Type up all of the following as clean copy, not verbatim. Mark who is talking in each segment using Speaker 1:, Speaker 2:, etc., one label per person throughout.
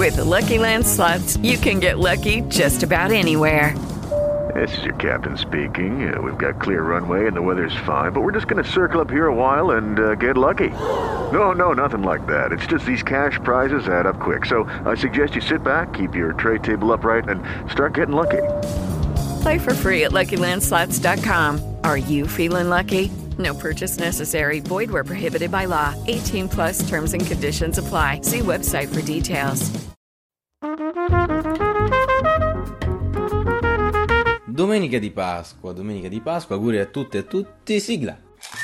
Speaker 1: With the Lucky Land Slots, you can get lucky just about anywhere.
Speaker 2: This is your captain speaking. We've got clear runway and the weather's fine, but we're just going to circle up here a while and get lucky. No, nothing like that. It's just these cash prizes add up quick. So I suggest you sit back, keep your tray table upright, and start getting lucky.
Speaker 1: Play for free at LuckyLandSlots.com. Are you feeling lucky? No purchase necessary. Void where prohibited by law. 18 plus terms and conditions apply. See website for details.
Speaker 3: Domenica di Pasqua, auguri a tutte e a tutti, sigla.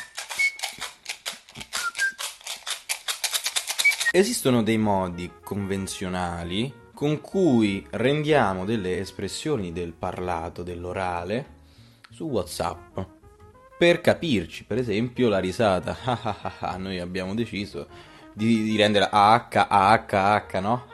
Speaker 3: Esistono dei modi convenzionali con cui rendiamo delle espressioni del parlato, dell'orale, su WhatsApp. Per capirci, per esempio, la risata. Noi abbiamo deciso di renderla AH, no?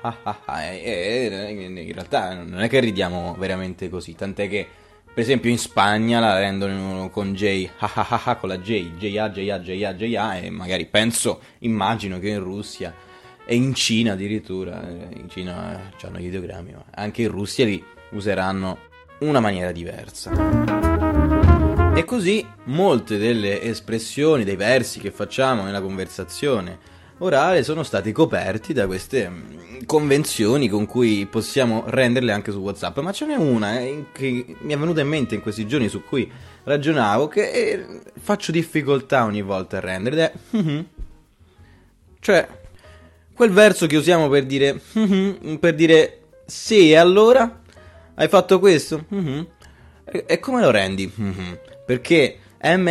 Speaker 3: In realtà non è che ridiamo veramente così, tant'è che per esempio in Spagna la rendono con J, con la J, J-A, e magari immagino che in Russia e in Cina addirittura, in Cina hanno gli ideogrammi, ma anche in Russia li useranno una maniera diversa. E così molte delle espressioni, dei versi che facciamo nella conversazione orale sono stati coperti da queste convenzioni con cui possiamo renderle anche su WhatsApp. Ma ce n'è una che mi è venuta in mente in questi giorni, su cui ragionavo, che faccio difficoltà ogni volta a rendere, ed è cioè quel verso che usiamo per dire sì, e allora hai fatto questo? E come lo rendi? Perché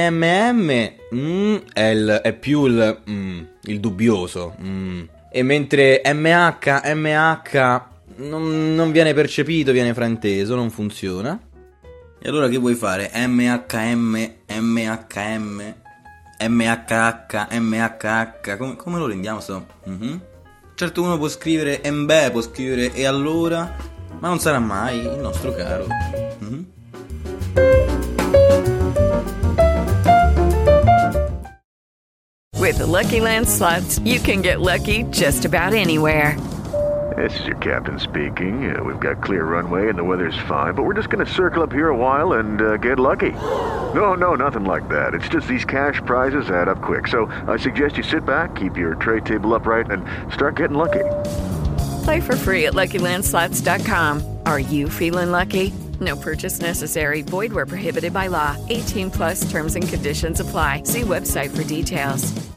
Speaker 3: è più il dubbioso, e mentre MH non viene percepito, viene frainteso, non funziona. E allora che vuoi fare? MHM, come lo rendiamo sto? Certo, uno può scrivere embe, può scrivere e allora, ma non sarà mai il nostro caro.
Speaker 1: With the Lucky Land Slots, you can get lucky just about anywhere.
Speaker 2: This is your captain speaking. We've got clear runway and the weather's fine, but we're just going to circle up here a while and get lucky. No, nothing like that. It's just these cash prizes add up quick. So I suggest you sit back, keep your tray table upright, and start getting lucky.
Speaker 1: Play for free at LuckyLandSlots.com. Are you feeling lucky? No purchase necessary. Void where prohibited by law. 18 plus terms and conditions apply. See website for details.